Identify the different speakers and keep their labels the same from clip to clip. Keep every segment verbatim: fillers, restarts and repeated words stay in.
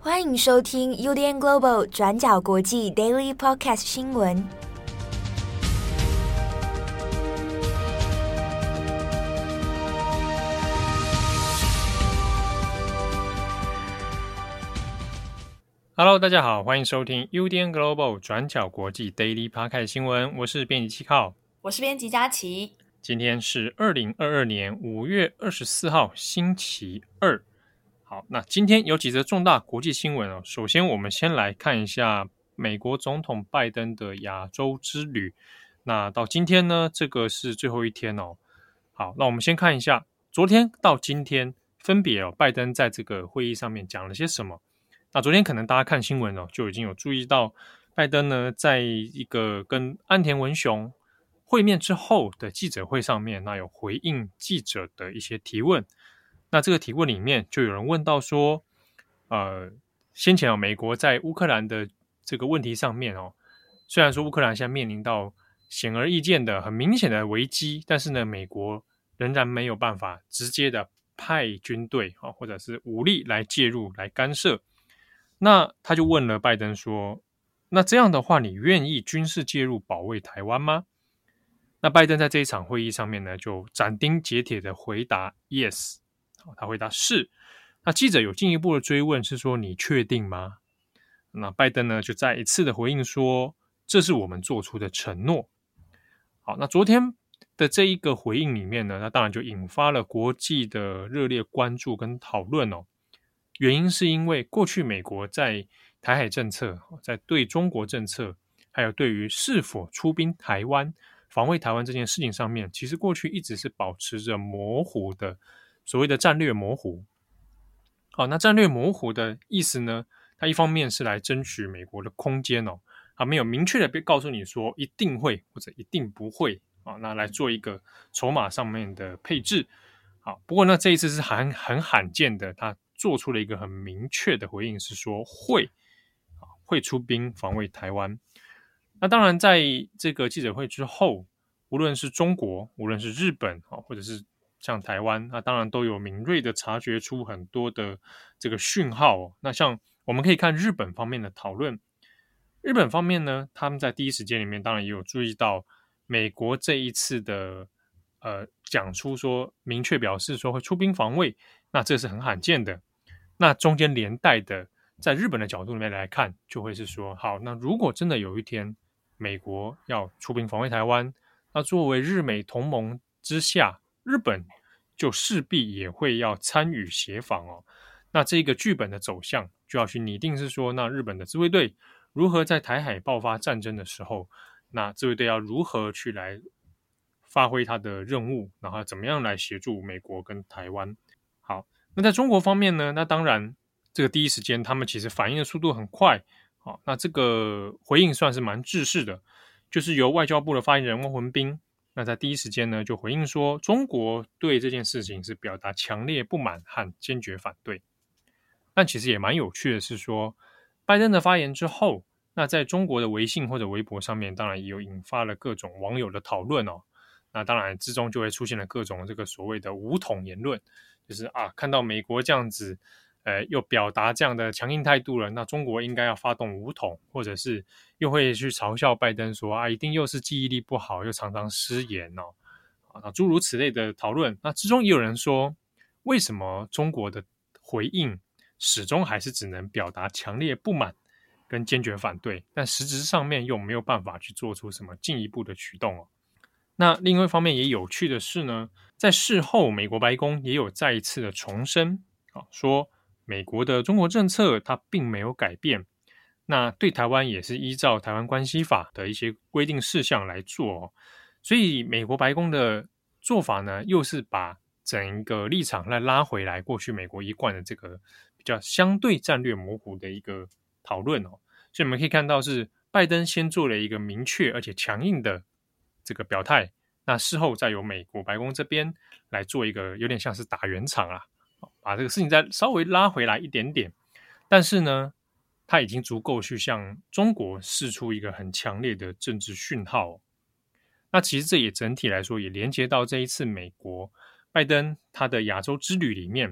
Speaker 1: 欢迎收听 U D N Global 转角国际 Daily Podcast 新闻。
Speaker 2: Hello， 大家好，欢迎收听 U D N Global 转角国际 Daily Podcast 新闻，我是编辑七号，
Speaker 3: 我是编辑佳琪。
Speaker 2: 今天是二零二二年五月二十四号，星期二。好，那今天有几则重大国际新闻哦。首先，我们先来看一下美国总统拜登的亚洲之旅。那到今天呢，这个是最后一天哦。好，那我们先看一下昨天到今天分别哦，拜登在这个会议上面讲了些什么。那昨天可能大家看新闻哦，就已经有注意到拜登呢，在一个跟岸田文雄会面之后的记者会上面，那有回应记者的一些提问。那这个提问里面就有人问到说，呃，先前哦，美国在乌克兰的这个问题上面哦，虽然说乌克兰现在面临到显而易见的很明显的危机，但是呢，美国仍然没有办法直接的派军队啊，或者是武力来介入来干涉。那他就问了拜登说，那这样的话，你愿意军事介入保卫台湾吗？那拜登在这一场会议上面呢，就斩钉截铁的回答 yes。他回答是。那记者有进一步的追问是说，你确定吗？那拜登呢就再一次的回应说，这是我们做出的承诺。好，那昨天的这一个回应里面呢，那当然就引发了国际的热烈关注跟讨论哦。原因是因为过去美国在台海政策，在对中国政策，还有对于是否出兵台湾防卫台湾这件事情上面，其实过去一直是保持着模糊的所谓的战略模糊。好，那战略模糊的意思呢，它一方面是来争取美国的空间哦，它没有明确的告诉你说一定会或者一定不会啊，那来做一个筹码上面的配置。好，不过呢这一次是很很罕见的，它做出了一个很明确的回应，是说会会出兵防卫台湾。那当然在这个记者会之后，无论是中国，无论是日本，或者是像台湾，那当然都有敏锐的察觉出很多的这个讯号哦。那像我们可以看日本方面的讨论，日本方面呢，他们在第一时间里面当然也有注意到美国这一次的呃讲出说明确表示说会出兵防卫，那这是很罕见的。那中间连带的，在日本的角度里面来看，就会是说，好，那如果真的有一天美国要出兵防卫台湾，那作为日美同盟之下，日本就势必也会要参与协防哦。那这个剧本的走向就要去拟定，是说，那日本的自卫队如何在台海爆发战争的时候，那自卫队要如何去来发挥它的任务，然后怎么样来协助美国跟台湾。好，那在中国方面呢，那当然这个第一时间他们其实反应的速度很快。好，那这个回应算是蛮制式的，就是由外交部的发言人汪文斌，那在第一时间呢就回应说，中国对这件事情是表达强烈不满和坚决反对。但其实也蛮有趣的是说，拜登的发言之后，那在中国的微信或者微博上面，当然也有引发了各种网友的讨论哦。那当然之中就会出现了各种这个所谓的武统言论，就是啊，看到美国这样子呃，又表达这样的强硬态度了，那中国应该要发动武统，或者是又会去嘲笑拜登说啊，一定又是记忆力不好，又常常失言哦，啊，诸如此类的讨论。那之中也有人说，为什么中国的回应始终还是只能表达强烈不满跟坚决反对，但实质上面又没有办法去做出什么进一步的举动哦。那另外一方面也有趣的是呢，在事后美国白宫也有再一次的重申啊，说美国的中国政策它并没有改变，那对台湾也是依照台湾关系法的一些规定事项来做哦。所以美国白宫的做法呢，又是把整个立场来拉回来过去美国一贯的这个比较相对战略模糊的一个讨论哦。所以我们可以看到是拜登先做了一个明确而且强硬的这个表态，那事后再由美国白宫这边来做一个有点像是打圆场啦，把这个事情再稍微拉回来一点点。但是呢，它已经足够去向中国释出一个很强烈的政治讯号哦。那其实这也整体来说也连接到这一次美国拜登他的亚洲之旅里面，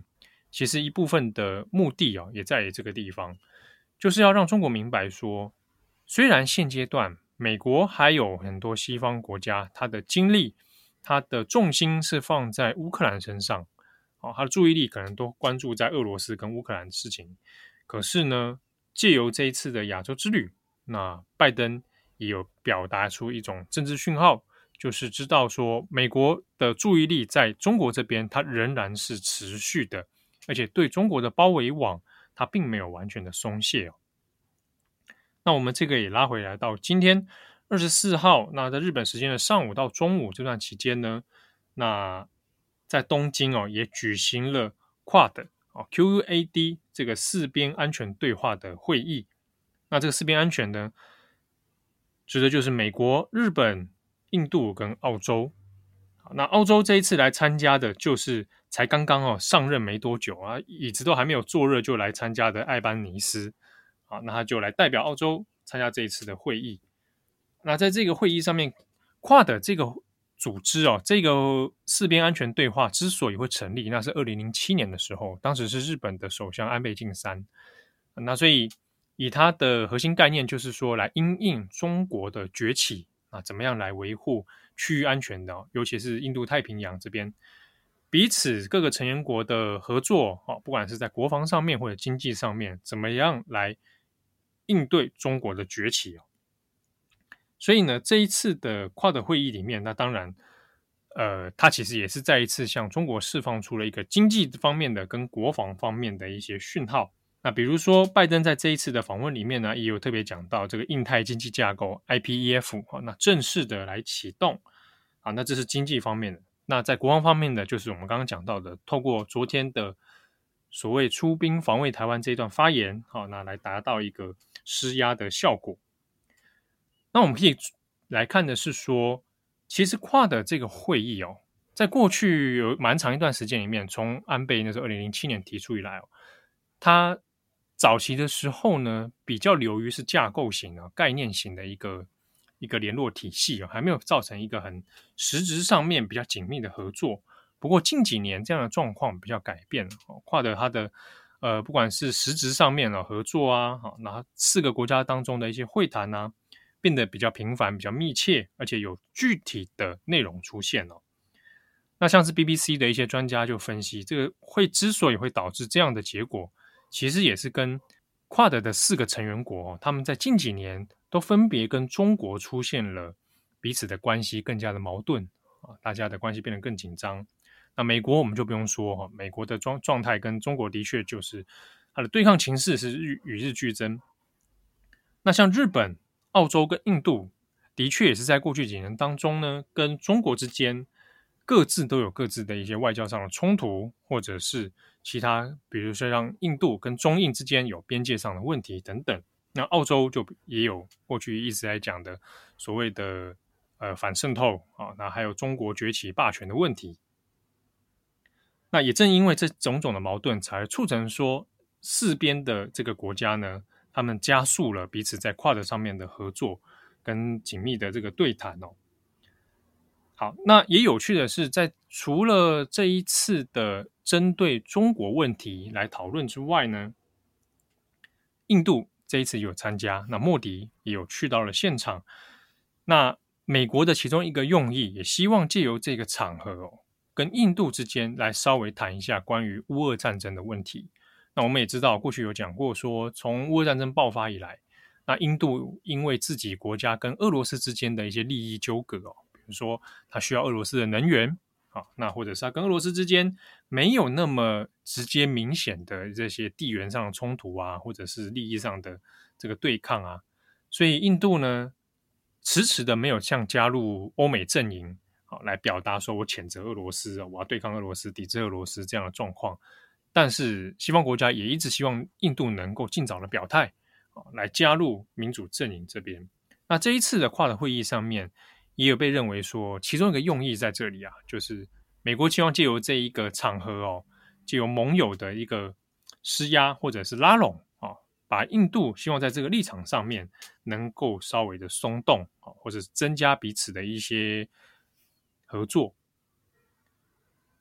Speaker 2: 其实一部分的目的哦，也在于这个地方，就是要让中国明白说，虽然现阶段美国还有很多西方国家，它的精力、它的重心是放在乌克兰身上，哦，他的注意力可能都关注在俄罗斯跟乌克兰的事情。可是呢，借由这一次的亚洲之旅，那拜登也有表达出一种政治讯号，就是知道说美国的注意力在中国这边，它仍然是持续的，而且对中国的包围网，它并没有完全的松懈哦。那我们这个也拉回来到今天二十四号，那在日本时间的上午到中午这段期间呢，那在东京哦也举行了 Quad 哦 Q U A D 这个四边安全对话的会议。那这个四边安全呢，指的就是美国、日本、印度跟澳洲。好，那澳洲这一次来参加的，就是才刚刚哦上任没多久啊，椅子都还没有坐热就来参加的艾班尼斯。好，那他就来代表澳洲参加这一次的会议。那在这个会议上面，跨的这个组织哦，这个四边安全对话之所以会成立，那是二零零七年的时候，当时是日本的首相安倍晋三。那所以以它的核心概念就是说，来因应中国的崛起啊，怎么样来维护区域安全的、哦，尤其是印度太平洋这边彼此各个成员国的合作、哦、不管是在国防上面或者经济上面，怎么样来应对中国的崛起哦。所以呢，这一次的跨的会议里面，那当然，呃，它其实也是再一次向中国释放出了一个经济方面的跟国防方面的一些讯号。那比如说，拜登在这一次的访问里面呢，也有特别讲到这个印太经济架构 I P E F 啊，那正式的来启动啊，那这是经济方面的。那在国防方面的，就是我们刚刚讲到的，透过昨天的所谓出兵防卫台湾这一段发言，好，那来达到一个施压的效果。那我们可以来看的是说，其实跨的这个会议哦，在过去有蛮长一段时间里面，从安倍那时候二零零七年提出以来哦，他早期的时候呢，比较流于是架构型的、概念型的一个一个联络体系哦，还没有造成一个很实质上面比较紧密的合作。不过近几年这样的状况比较改变了，哦、跨的它的呃，不管是实质上面的合作啊，好，那四个国家当中的一些会谈啊，变得比较频繁、比较密切，而且有具体的内容出现哦。那像是 B B C 的一些专家就分析，这个会之所以会导致这样的结果，其实也是跟Quad的四个成员国、哦，他们在近几年都分别跟中国出现了彼此的关系更加的矛盾啊，大家的关系变得更紧张。那美国我们就不用说哈，美国的状状态跟中国的确就是它的对抗情势是日与日俱增。那像日本、澳洲跟印度，的确也是在过去几年当中呢，跟中国之间各自都有各自的一些外交上的冲突，或者是其他，比如说让印度跟中印之间有边界上的问题等等。那澳洲就也有过去一直在讲的所谓的呃反渗透啊，那还有中国崛起霸权的问题。那也正因为这种种的矛盾，才促成说四边的这个国家呢，他们加速了彼此在跨的上面的合作跟紧密的这个对谈哦。好，那也有趣的是，在除了这一次的针对中国问题来讨论之外呢，印度这一次有参加，那莫迪也有去到了现场。那美国的其中一个用意，也希望借由这个场合哦，跟印度之间来稍微谈一下关于乌俄战争的问题。那我们也知道，过去有讲过说，从乌俄战争爆发以来，那印度因为自己国家跟俄罗斯之间的一些利益纠葛哦，比如说它需要俄罗斯的能源，好，那或者是它跟俄罗斯之间没有那么直接明显的这些地缘上的冲突啊，或者是利益上的这个对抗啊，所以印度呢，迟迟的没有像加入欧美阵营，好来表达说我谴责俄罗斯，我要对抗俄罗斯、抵制俄罗斯这样的状况。但是西方国家也一直希望印度能够尽早的表态，来加入民主阵营这边。那这一次的跨的会议上面，也有被认为说，其中一个用意在这里啊，就是美国希望借由这一个场合哦，借由盟友的一个施压或者是拉拢啊，把印度希望在这个立场上面能够稍微的松动啊，或者是增加彼此的一些合作。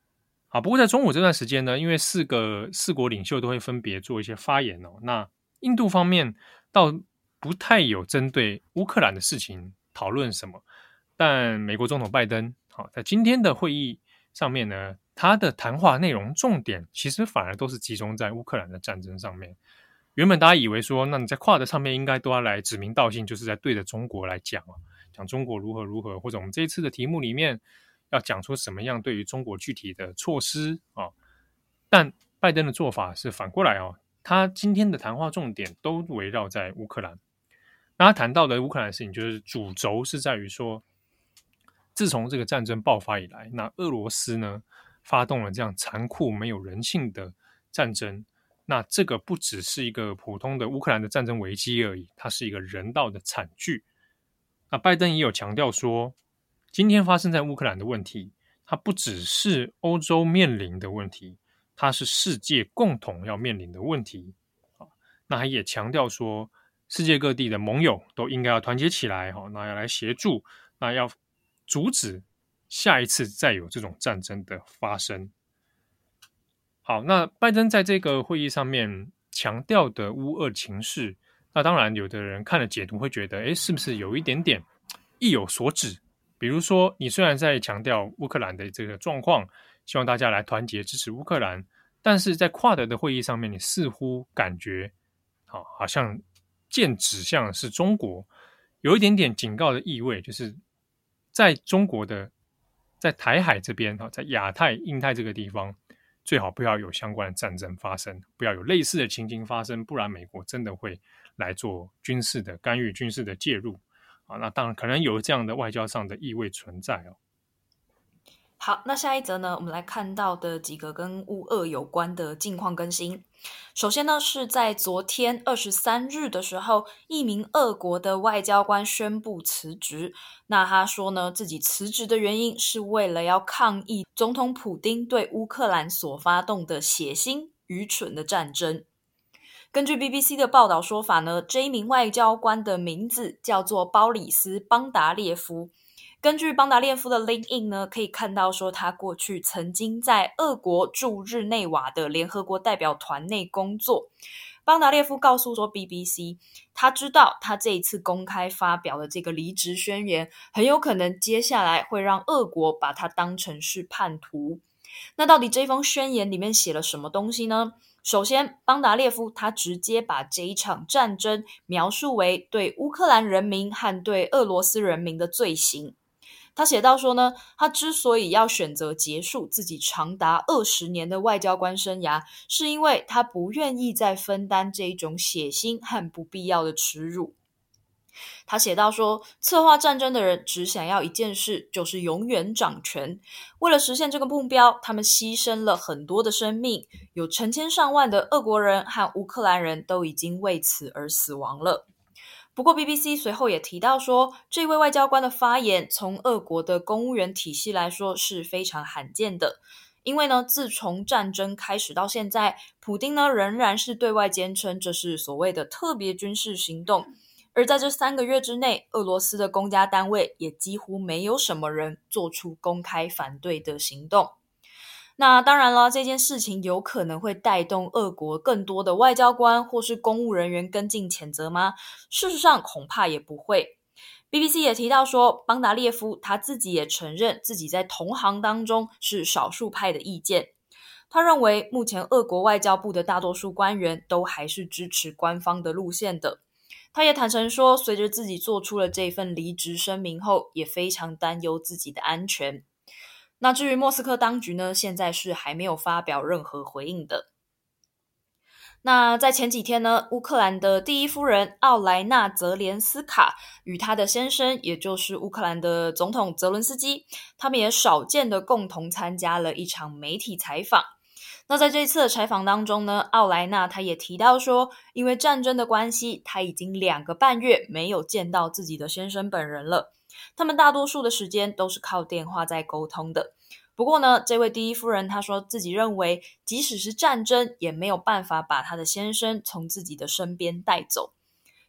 Speaker 2: 好，不过在中午这段时间呢，因为四个四国领袖都会分别做一些发言哦，那印度方面倒不太有针对乌克兰的事情讨论什么，但美国总统拜登好在今天的会议上面呢，他的谈话内容重点其实反而都是集中在乌克兰的战争上面。原本大家以为说，那你在跨的上面应该都要来指名道姓，就是在对着中国来讲啊，讲中国如何如何，或者我们这一次的题目里面要讲出什么样对于中国具体的措施啊。但拜登的做法是反过来哦，他今天的谈话重点都围绕在乌克兰。那他谈到的乌克兰的事情，就是主轴是在于说，自从这个战争爆发以来，那俄罗斯呢发动了这样残酷没有人性的战争。那这个不只是一个普通的乌克兰的战争危机而已，它是一个人道的惨剧。那拜登也有强调说，今天发生在乌克兰的问题，它不只是欧洲面临的问题，它是世界共同要面临的问题。那他也强调说，世界各地的盟友都应该要团结起来，那要来协助，那要阻止下一次再有这种战争的发生。好，那拜登在这个会议上面强调的乌俄情势，那当然有的人看了解读会觉得，诶，是不是有一点点意有所指？比如说，你虽然在强调乌克兰的这个状况，希望大家来团结支持乌克兰，但是在跨德的会议上面，你似乎感觉好，好像剑指向是中国，有一点点警告的意味，就是在中国的在台海这边，在亚太、印太这个地方，最好不要有相关的战争发生，不要有类似的情形发生，不然美国真的会来做军事的干预、军事的介入啊。那当然可能有这样的外交上的意味存在哦。
Speaker 3: 好，那下一则呢，我们来看到的几个跟乌俄有关的近况更新。首先呢，是在昨天二十三日的时候，一名俄国的外交官宣布辞职。那他说呢，自己辞职的原因是为了要抗议总统普丁对乌克兰所发动的血腥、愚蠢的战争。根据 B B C 的报道说法呢，这一名外交官的名字叫做鲍里斯·邦达列夫。根据邦达列夫的 LinkedIn 呢，可以看到说他过去曾经在俄国驻日内瓦的联合国代表团内工作。邦达列夫告诉说 B B C， 他知道他这一次公开发表的这个离职宣言，很有可能接下来会让俄国把他当成是叛徒。那到底这封宣言里面写了什么东西呢？首先，邦达列夫他直接把这一场战争描述为对乌克兰人民和对俄罗斯人民的罪行。他写到说呢，他之所以要选择结束自己长达二十年的外交官生涯，是因为他不愿意再分担这种血腥和不必要的耻辱。他写到说，策划战争的人只想要一件事，就是永远掌权。为了实现这个目标，他们牺牲了很多的生命，有成千上万的俄国人和乌克兰人都已经为此而死亡了。不过 B B C 随后也提到说，这位外交官的发言从俄国的公务员体系来说是非常罕见的，因为呢，自从战争开始到现在，普丁呢仍然是对外坚称这是所谓的特别军事行动，而在这三个月之内，俄罗斯的公家单位也几乎没有什么人做出公开反对的行动。那当然了，这件事情有可能会带动俄国更多的外交官或是公务人员跟进谴责吗？事实上恐怕也不会。B B C 也提到说，邦达列夫他自己也承认自己在同行当中是少数派的意见。他认为目前俄国外交部的大多数官员都还是支持官方的路线的。他也坦诚说，随着自己做出了这份离职声明后，也非常担忧自己的安全。那至于莫斯科当局呢，现在是还没有发表任何回应的。那在前几天呢，乌克兰的第一夫人奥莱娜·泽连斯卡与她的先生，也就是乌克兰的总统泽伦斯基，他们也少见的共同参加了一场媒体采访。那在这次的采访当中呢，奥莱娜她也提到说，因为战争的关系，她已经两个半月没有见到自己的先生本人了。他们大多数的时间都是靠电话在沟通的。不过呢，这位第一夫人她说自己认为，即使是战争，也没有办法把她的先生从自己的身边带走。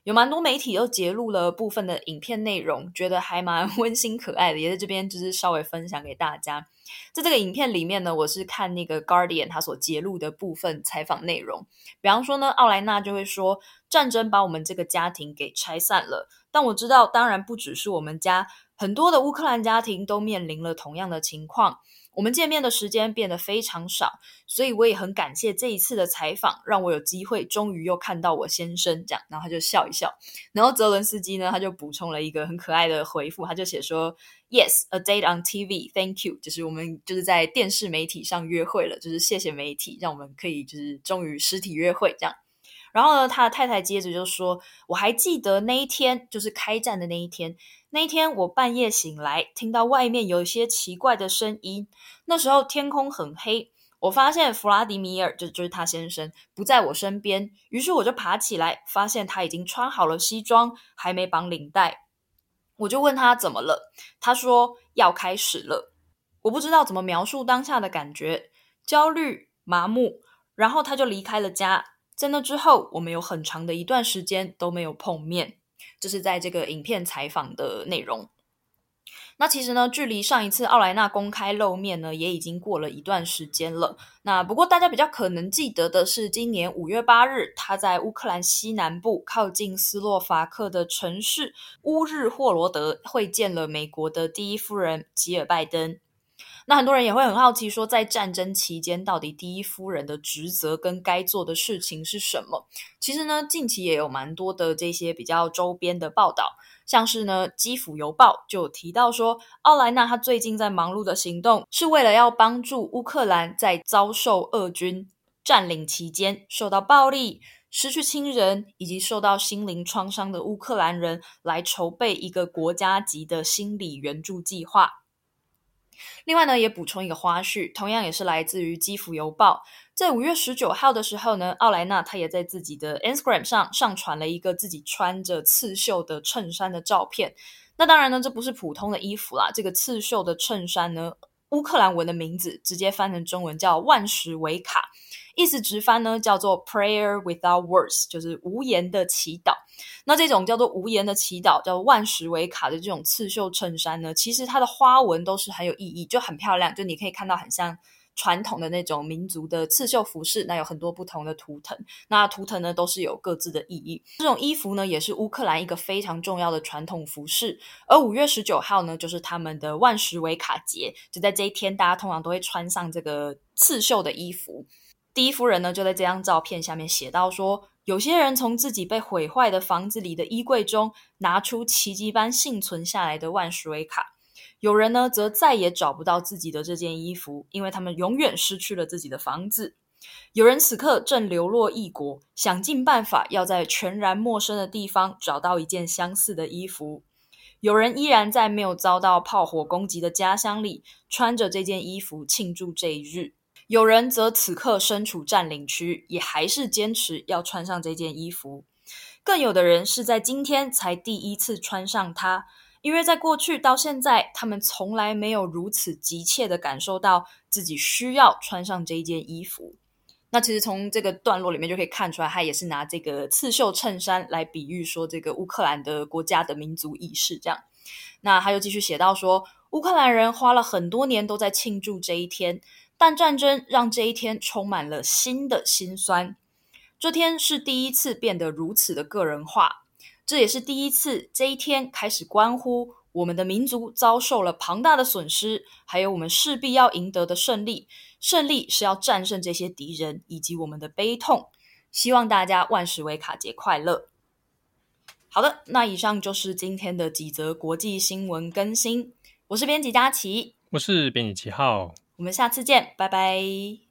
Speaker 3: 有蛮多媒体都截录了部分的影片内容，觉得还蛮温馨可爱的，也在这边就是稍微分享给大家。在这个影片里面呢，我是看那个 Guardian 他所截录的部分采访内容，比方说呢，奥莱娜就会说，战争把我们这个家庭给拆散了，但我知道当然不只是我们家，很多的乌克兰家庭都面临了同样的情况，我们见面的时间变得非常少，所以我也很感谢这一次的采访，让我有机会终于又看到我先生，这样，然后他就笑一笑。然后泽伦斯基呢，他就补充了一个很可爱的回复，他就写说 Yes, a date on T V, thank you， 就是我们就是在电视媒体上约会了，就是谢谢媒体让我们可以就是终于实体约会这样。然后呢，他的太太接着就说，我还记得那一天，就是开战的那一天，那一天我半夜醒来，听到外面有一些奇怪的声音，那时候天空很黑，我发现弗拉迪米尔，就就是他先生不在我身边，于是我就爬起来，发现他已经穿好了西装，还没绑领带。我就问他怎么了，他说要开始了。我不知道怎么描述当下的感觉，焦虑、麻木，然后他就离开了家。在那之后，我们有很长的一段时间都没有碰面，这是在这个影片采访的内容。那其实呢，距离上一次奥莱娜公开露面呢，也已经过了一段时间了。那不过大家比较可能记得的是，今年五月八日，他在乌克兰西南部靠近斯洛伐克的城市乌日霍罗德会见了美国的第一夫人吉尔拜登。那很多人也会很好奇说，在战争期间到底第一夫人的职责跟该做的事情是什么？其实呢，近期也有蛮多的这些比较周边的报道，像是呢基辅邮报就有提到说，奥莱娜她最近在忙碌的行动是为了要帮助乌克兰在遭受俄军占领期间受到暴力、失去亲人以及受到心灵创伤的乌克兰人来筹备一个国家级的心理援助计划。另外呢，也补充一个花絮，同样也是来自于基辅邮报，在五月十九号的时候呢，奥莱娜她也在自己的 Instagram 上上传了一个自己穿着刺绣的衬衫的照片。那当然呢，这不是普通的衣服啦，这个刺绣的衬衫呢，乌克兰文的名字直接翻成中文叫万什维卡，意思直翻呢叫做 Prayer without words， 就是无言的祈祷。那这种叫做无言的祈祷，叫万什维卡的这种刺绣衬衫呢，其实它的花纹都是很有意义，就很漂亮，就你可以看到很像传统的那种民族的刺绣服饰，那有很多不同的图腾，那图腾呢都是有各自的意义。这种衣服呢也是乌克兰一个非常重要的传统服饰，而五月十九号呢就是他们的万什维卡节，就在这一天大家通常都会穿上这个刺绣的衣服。第一夫人呢就在这张照片下面写到说，有些人从自己被毁坏的房子里的衣柜中拿出奇迹般幸存下来的万什维卡，有人呢则再也找不到自己的这件衣服，因为他们永远失去了自己的房子。有人此刻正流落异国，想尽办法要在全然陌生的地方找到一件相似的衣服。有人依然在没有遭到炮火攻击的家乡里穿着这件衣服庆祝这一日。有人则此刻身处占领区，也还是坚持要穿上这件衣服。更有的人是在今天才第一次穿上它，因为在过去到现在，他们从来没有如此急切地感受到自己需要穿上这一件衣服。那其实从这个段落里面就可以看出来，他也是拿这个刺绣衬衫来比喻说这个乌克兰的国家的民族意识这样。那他又继续写到说，乌克兰人花了很多年都在庆祝这一天，但战争让这一天充满了新的辛酸。这天是第一次变得如此的个人化，这也是第一次这一天开始关乎我们的民族遭受了庞大的损失，还有我们势必要赢得的胜利。胜利是要战胜这些敌人以及我们的悲痛。希望大家万什维卡节快乐。好的，那以上就是今天的几则国际新闻更新。我是编辑佳琪，
Speaker 2: 我是编辑七号，
Speaker 3: 我们下次见，拜拜。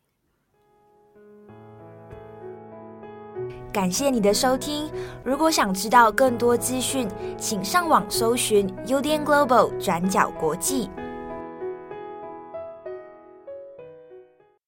Speaker 1: 感谢你的收听，如果想知道更多资讯，请上网搜寻 U D N Global 转角国际。